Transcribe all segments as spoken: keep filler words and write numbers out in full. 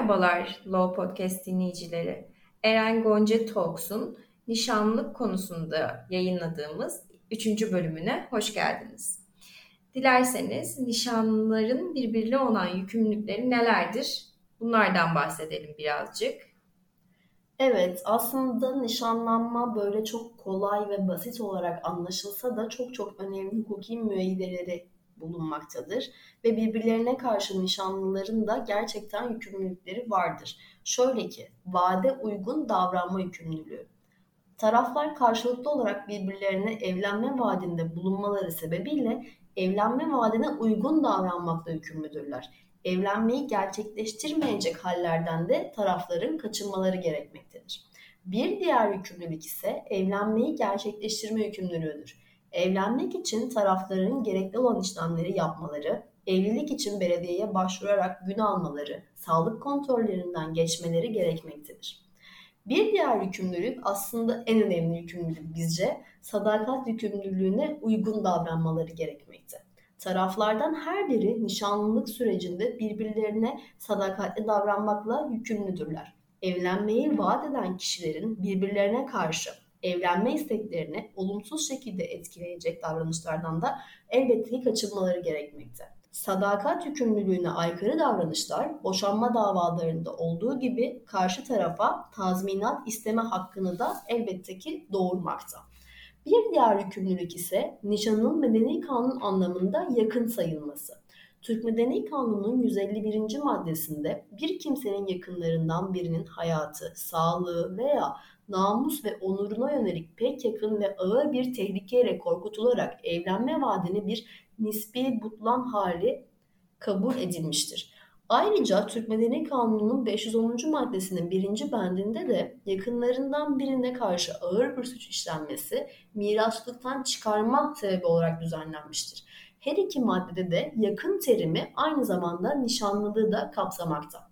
Merhabalar Law Podcast dinleyicileri. Eren Gonca Talks'un nişanlılık konusunda yayınladığımız üçüncü bölümüne hoş geldiniz. Dilerseniz nişanlıların birbirine olan yükümlülükleri nelerdir? Bunlardan bahsedelim birazcık. Evet, aslında nişanlanma böyle çok kolay ve basit olarak anlaşılsa da çok çok önemli hukuki müeyyideleri bulunmaktadır. Ve birbirlerine karşı nişanlıların da gerçekten yükümlülükleri vardır. Şöyle ki, vade uygun davranma yükümlülüğü. Taraflar karşılıklı olarak birbirlerine evlenme vaadinde bulunmaları sebebiyle evlenme vaadine uygun davranmakla yükümlüdürler. Evlenmeyi gerçekleştirmeyecek hallerden de tarafların kaçınmaları gerekmektedir. Bir diğer yükümlülük ise evlenmeyi gerçekleştirme yükümlülüğüdür. Evlenmek için tarafların gerekli olan işlemleri yapmaları, evlilik için belediyeye başvurarak gün almaları, sağlık kontrollerinden geçmeleri gerekmektedir. Bir diğer yükümlülük aslında en önemli yükümlülük bizce sadakat yükümlülüğüne uygun davranmaları gerekmekte. Taraflardan her biri nişanlılık sürecinde birbirlerine sadakatli davranmakla yükümlüdürler. Evlenmeyi vaat eden kişilerin birbirlerine karşı evlenme isteklerini olumsuz şekilde etkileyecek davranışlardan da elbette ki kaçınmaları gerekmekte. Sadakat yükümlülüğüne aykırı davranışlar boşanma davalarında olduğu gibi karşı tarafa tazminat isteme hakkını da elbette ki doğurmakta. Bir diğer yükümlülük ise nişanın medeni kanun anlamında yakın sayılması. Türk Medeni Kanunu'nun yüz elli birinci maddesinde bir kimsenin yakınlarından birinin hayatı, sağlığı veya namus ve onuruna yönelik pek yakın ve ağır bir tehlikeyle korkutularak evlenme vaadini bir nispi butlan hali kabul edilmiştir. Ayrıca Türk Medeni Kanunu'nun beş yüz onuncu maddesinin birinci bendinde de yakınlarından birine karşı ağır bir suç işlenmesi mirasçılıktan çıkarma sebebi olarak düzenlenmiştir. Her iki maddede de yakın terimi aynı zamanda nişanlılığı da kapsamakta.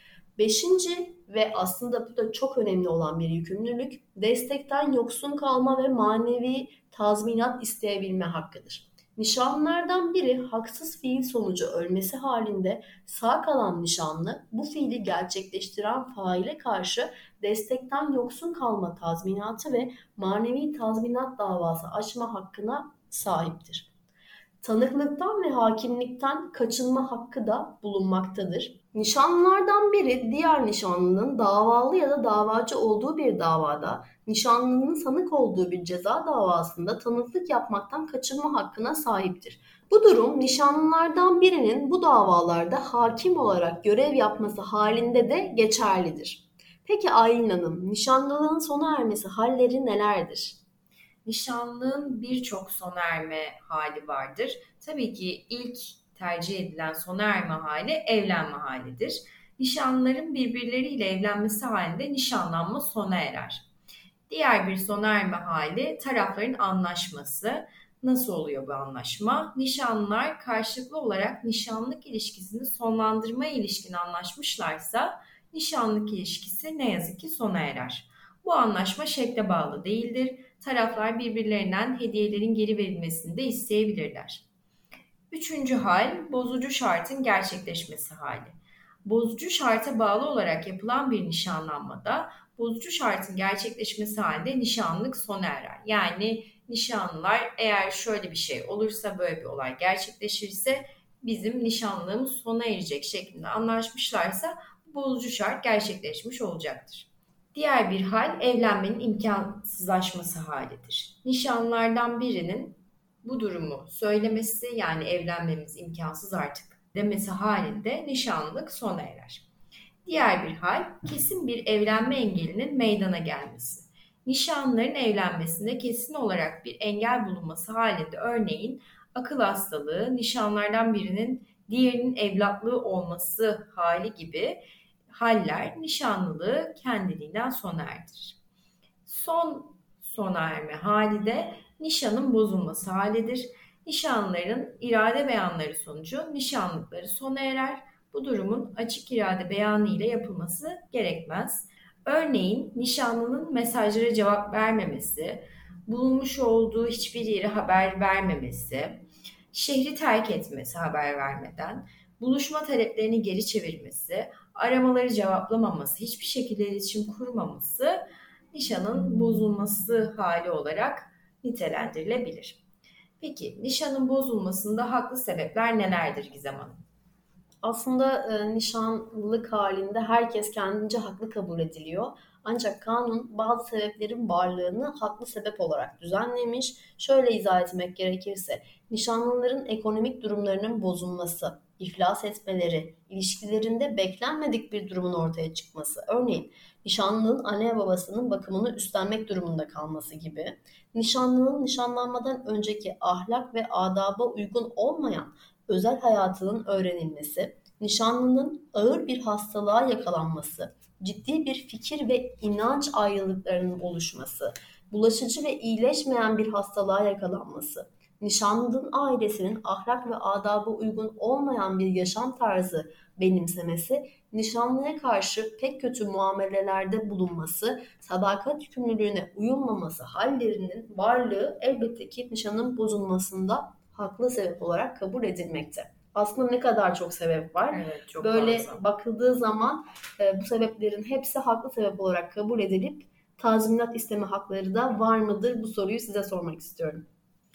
Beşinci ve aslında bu da çok önemli olan bir yükümlülük, destekten yoksun kalma ve manevi tazminat isteyebilme hakkıdır. Nişanlılardan biri haksız fiil sonucu ölmesi halinde sağ kalan nişanlı bu fiili gerçekleştiren faile karşı destekten yoksun kalma tazminatı ve manevi tazminat davası açma hakkına sahiptir. Tanıklıktan ve hakimlikten kaçınma hakkı da bulunmaktadır. Nişanlılardan biri diğer nişanlının davalı ya da davacı olduğu bir davada, nişanlının sanık olduğu bir ceza davasında tanıklık yapmaktan kaçınma hakkına sahiptir. Bu durum nişanlılardan birinin bu davalarda hakim olarak görev yapması halinde de geçerlidir. Peki Aylin Hanım, nişanlılığın sona ermesi halleri nelerdir? Nişanlılığın birçok sona erme hali vardır. Tabii ki ilk tercih edilen sona erme hali evlenme halidir. Nişanlıların birbirleriyle evlenmesi halinde nişanlanma sona erer. Diğer bir sona erme hali tarafların anlaşması. Nasıl oluyor bu anlaşma? Nişanlılar karşılıklı olarak nişanlık ilişkisini sonlandırmaya ilişkin anlaşmışlarsa nişanlık ilişkisi ne yazık ki sona erer. Bu anlaşma şekle bağlı değildir. Taraflar birbirlerinden hediyelerin geri verilmesini de isteyebilirler. Üçüncü hal, bozucu şartın gerçekleşmesi hali. Bozucu şarta bağlı olarak yapılan bir nişanlanmada bozucu şartın gerçekleşmesi halinde nişanlık sona erer. Yani nişanlılar eğer şöyle bir şey olursa, böyle bir olay gerçekleşirse bizim nişanlığımız sona erecek şeklinde anlaşmışlarsa bozucu şart gerçekleşmiş olacaktır. Diğer bir hal evlenmenin imkansızlaşması halidir. Nişanlılardan birinin bu durumu söylemesi, yani evlenmemiz imkansız artık demesi halinde nişanlılık sona erer. Diğer bir hal kesin bir evlenme engelinin meydana gelmesi. Nişanlıların evlenmesinde kesin olarak bir engel bulunması halinde, örneğin akıl hastalığı, nişanlardan birinin diğerinin evlatlığı olması hali gibi haller nişanlılığı kendiliğinden sona erdirir. Son sona erme hali de nişanın bozulması halidir. Nişanlıların irade beyanları sonucu nişanlıkları sona erer. Bu durumun açık irade beyanı ile yapılması gerekmez. Örneğin nişanlının mesajlara cevap vermemesi, bulunmuş olduğu hiçbir yere haber vermemesi, şehri terk etmesi haber vermeden, buluşma taleplerini geri çevirmesi, aramaları cevaplamaması, hiçbir şekilde iletişim kurmaması nişanın bozulması hali olarak nitelendirilebilir. Peki nişanın bozulmasında haklı sebepler nelerdir Gizem Hanım? Aslında e, nişanlılık halinde herkes kendince haklı kabul ediliyor. Ancak kanun bazı sebeplerin varlığını haklı sebep olarak düzenlemiş. Şöyle izah etmek gerekirse, nişanlıların ekonomik durumlarının bozulması, iflas etmeleri, ilişkilerinde beklenmedik bir durumun ortaya çıkması, örneğin nişanlının anne babasının bakımını üstlenmek durumunda kalması gibi, nişanlının nişanlanmadan önceki ahlak ve adaba uygun olmayan özel hayatının öğrenilmesi, nişanlının ağır bir hastalığa yakalanması, ciddi bir fikir ve inanç ayrılıklarının oluşması, bulaşıcı ve iyileşmeyen bir hastalığa yakalanması, nişanlının ailesinin ahlak ve adaba uygun olmayan bir yaşam tarzı benimsemesi, nişanlıya karşı pek kötü muamelelerde bulunması, sadakat yükümlülüğüne uyulmaması hallerinin varlığı elbette ki nişanın bozulmasında haklı sebep olarak kabul edilmekte. Aslında ne kadar çok sebep var. Evet, çok Böyle fazla. bakıldığı zaman e, bu sebeplerin hepsi haklı sebep olarak kabul edilip tazminat isteme hakları da var mıdır? Bu soruyu size sormak istiyorum.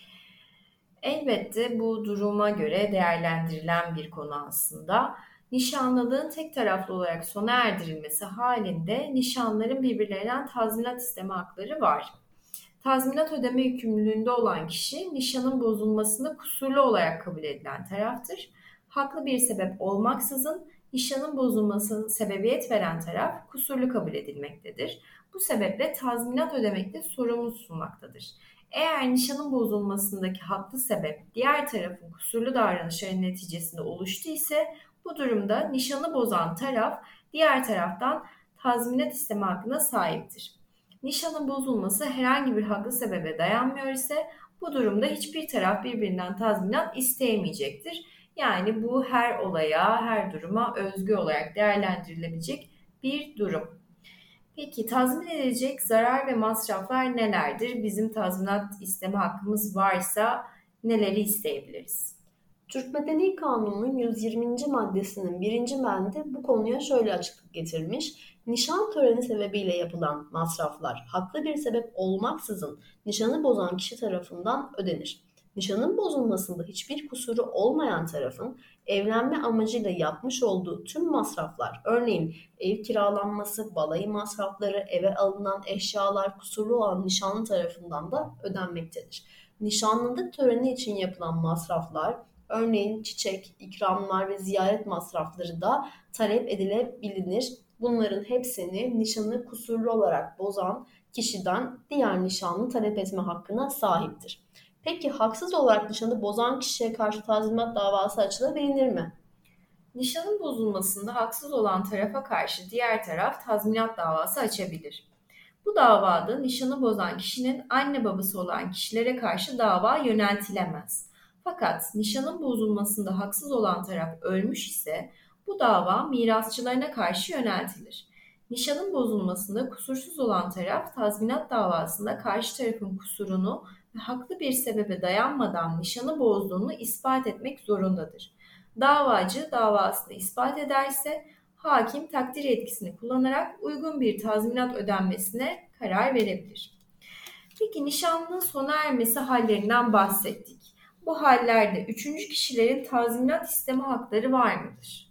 Elbette bu duruma göre değerlendirilen bir konu aslında. Nişanlılığın tek taraflı olarak sona erdirilmesi halinde nişanların birbirlerinden tazminat isteme hakları var. Tazminat ödeme yükümlülüğünde olan kişi nişanın bozulmasında kusurlu olarak kabul edilen taraftır. Haklı bir sebep olmaksızın nişanın bozulmasına sebebiyet veren taraf kusurlu kabul edilmektedir. Bu sebeple tazminat ödemekte sorumlu tutulmaktadır. Eğer nişanın bozulmasındaki haklı sebep diğer tarafın kusurlu davranışları neticesinde oluştu ise bu durumda nişanı bozan taraf diğer taraftan tazminat isteme hakkına sahiptir. Nişanın bozulması herhangi bir haklı sebebe dayanmıyor ise bu durumda hiçbir taraf birbirinden tazminat isteyemeyecektir. Yani bu her olaya, her duruma özgü olarak değerlendirilebilecek bir durum. Peki tazmin edilecek zarar ve masraflar nelerdir? Bizim tazminat isteme hakkımız varsa neleri isteyebiliriz? Türk Medeni Kanunu'nun yüz yirminci maddesinin birinci bendi bu konuya şöyle açıklık getirmiş. Nişan töreni sebebiyle yapılan masraflar haklı bir sebep olmaksızın nişanı bozan kişi tarafından ödenir. Nişanın bozulmasında hiçbir kusuru olmayan tarafın evlenme amacıyla yapmış olduğu tüm masraflar, örneğin ev kiralanması, balayı masrafları, eve alınan eşyalar kusurlu olan nişanlı tarafından da ödenmektedir. Nişanlılık töreni için yapılan masraflar, örneğin çiçek, ikramlar ve ziyaret masrafları da talep edilebilir. Bunların hepsini nişanı kusurlu olarak bozan kişiden diğer nişanlı talep etme hakkına sahiptir. Peki haksız olarak nişanı bozan kişiye karşı tazminat davası açılabilir mi? Nişanın bozulmasında haksız olan tarafa karşı diğer taraf tazminat davası açabilir. Bu davada nişanı bozan kişinin anne babası olan kişilere karşı dava yöneltilemez. Fakat nişanın bozulmasında haksız olan taraf ölmüş ise bu dava mirasçılarına karşı yöneltilir. Nişanın bozulmasında kusursuz olan taraf tazminat davasında karşı tarafın kusurunu ve haklı bir sebebe dayanmadan nişanı bozduğunu ispat etmek zorundadır. Davacı davasını ispat ederse hakim takdir yetkisini kullanarak uygun bir tazminat ödenmesine karar verebilir. Peki nişanlının sona ermesi hallerinden bahsettik. Bu hallerde üçüncü kişilerin tazminat isteme hakları var mıdır?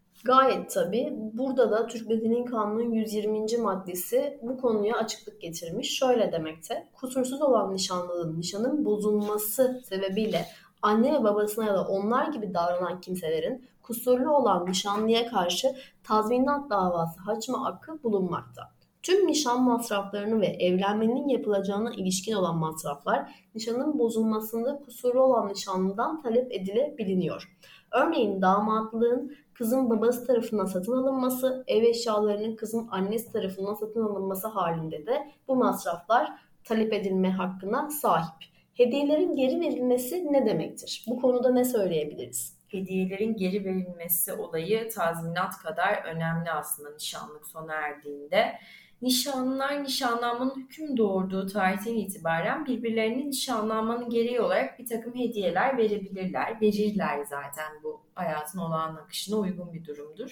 Gayet tabii. Burada da Türk Medeni Kanunu'nun yüz yirminci maddesi bu konuya açıklık getirmiş. Şöyle demekte: kusursuz olan nişanlının nişanın bozulması sebebiyle anne ve babasına ya da onlar gibi davranan kimselerin kusurlu olan nişanlıya karşı tazminat davası açma hakkı bulunmakta. Tüm nişan masraflarını ve evlenmenin yapılacağına ilişkin olan masraflar nişanın bozulmasında kusurlu olan nişanlıdan talep edilebiliyor. Örneğin damatlığın kızın babası tarafından satın alınması, ev eşyalarının kızın annesi tarafından satın alınması halinde de bu masraflar talep edilme hakkına sahip. Hediyelerin geri verilmesi ne demektir? Bu konuda ne söyleyebiliriz? Hediyelerin geri verilmesi olayı tazminat kadar önemli aslında nişanlık sona erdiğinde. Nişanlılar nişanlanmanın hüküm doğurduğu tarihten itibaren birbirlerine nişanlanmanın gereği olarak bir takım hediyeler verebilirler. Verirler zaten, bu hayatın olağan akışına uygun bir durumdur.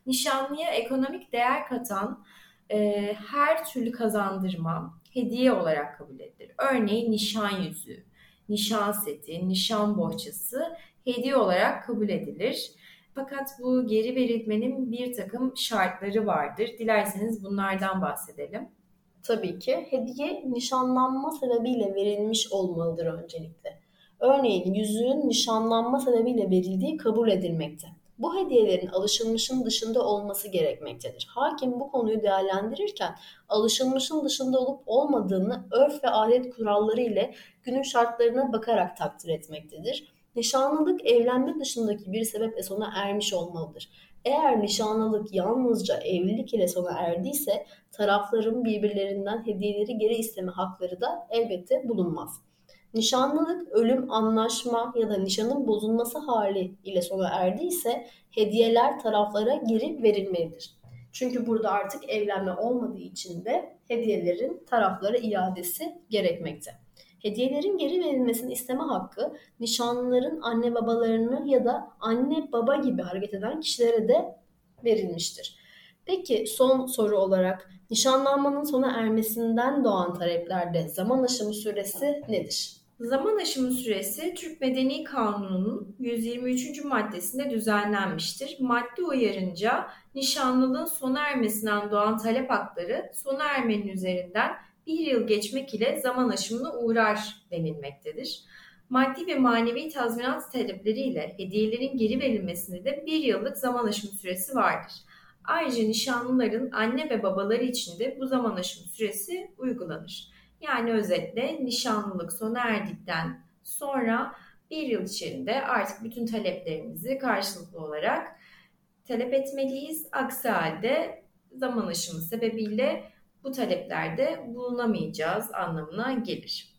Nişanlıya ekonomik değer katan e, her türlü kazandırma hediye olarak kabul edilir. Örneğin nişan yüzüğü, nişan seti, nişan bohçası hediye olarak kabul edilir. Fakat bu geri verilmenin bir takım şartları vardır. Dilerseniz bunlardan bahsedelim. Tabii ki hediye nişanlanma sebebiyle verilmiş olmalıdır öncelikle. Örneğin yüzüğün nişanlanma sebebiyle verildiği kabul edilmekte. Bu hediyelerin alışılmışın dışında olması gerekmektedir. Hakim bu konuyu değerlendirirken alışılmışın dışında olup olmadığını örf ve adet kuralları ile günün şartlarına bakarak takdir etmektedir. Nişanlılık evlenme dışındaki bir sebeple sona ermiş olmalıdır. Eğer nişanlılık yalnızca evlilik ile sona erdiyse tarafların birbirlerinden hediyeleri geri isteme hakları da elbette bulunmaz. Nişanlılık ölüm, anlaşma ya da nişanın bozulması hali ile sona erdiyse hediyeler taraflara geri verilmelidir. Çünkü burada artık evlenme olmadığı için de hediyelerin taraflara iadesi gerekmekte. Hediyelerin geri verilmesini isteme hakkı nişanlıların anne babalarını ya da anne baba gibi hareket eden kişilere de verilmiştir. Peki son soru olarak nişanlanmanın sona ermesinden doğan taleplerde zaman aşımı süresi nedir? Zaman aşımı süresi Türk Medeni Kanunu'nun yüz yirmi üçüncü maddesinde düzenlenmiştir. Madde uyarınca nişanlılığın sona ermesinden doğan talep hakları sona ermenin üzerinden bir yıl geçmek ile zaman aşımına uğrar denilmektedir. Maddi ve manevi tazminat talepleriyle hediyelerin geri verilmesinde de bir yıllık zaman aşımı süresi vardır. Ayrıca nişanlıların anne ve babaları için de bu zaman aşımı süresi uygulanır. Yani özetle nişanlılık sona erdikten sonra bir yıl içerisinde artık bütün taleplerimizi karşılıklı olarak talep etmeliyiz. Aksi halde zaman aşımı sebebiyle bu taleplerde bulunamayacağız anlamına gelir.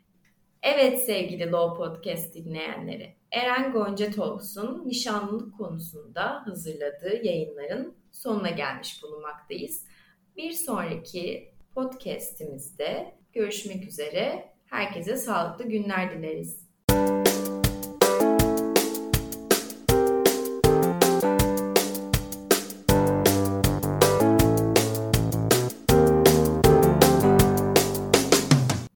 Evet sevgili Law Podcast dinleyenleri, Eren Gonca Talks'un nişanlılık konusunda hazırladığı yayınların sonuna gelmiş bulunmaktayız. Bir sonraki podcast'imizde görüşmek üzere. Herkese sağlıklı günler dileriz.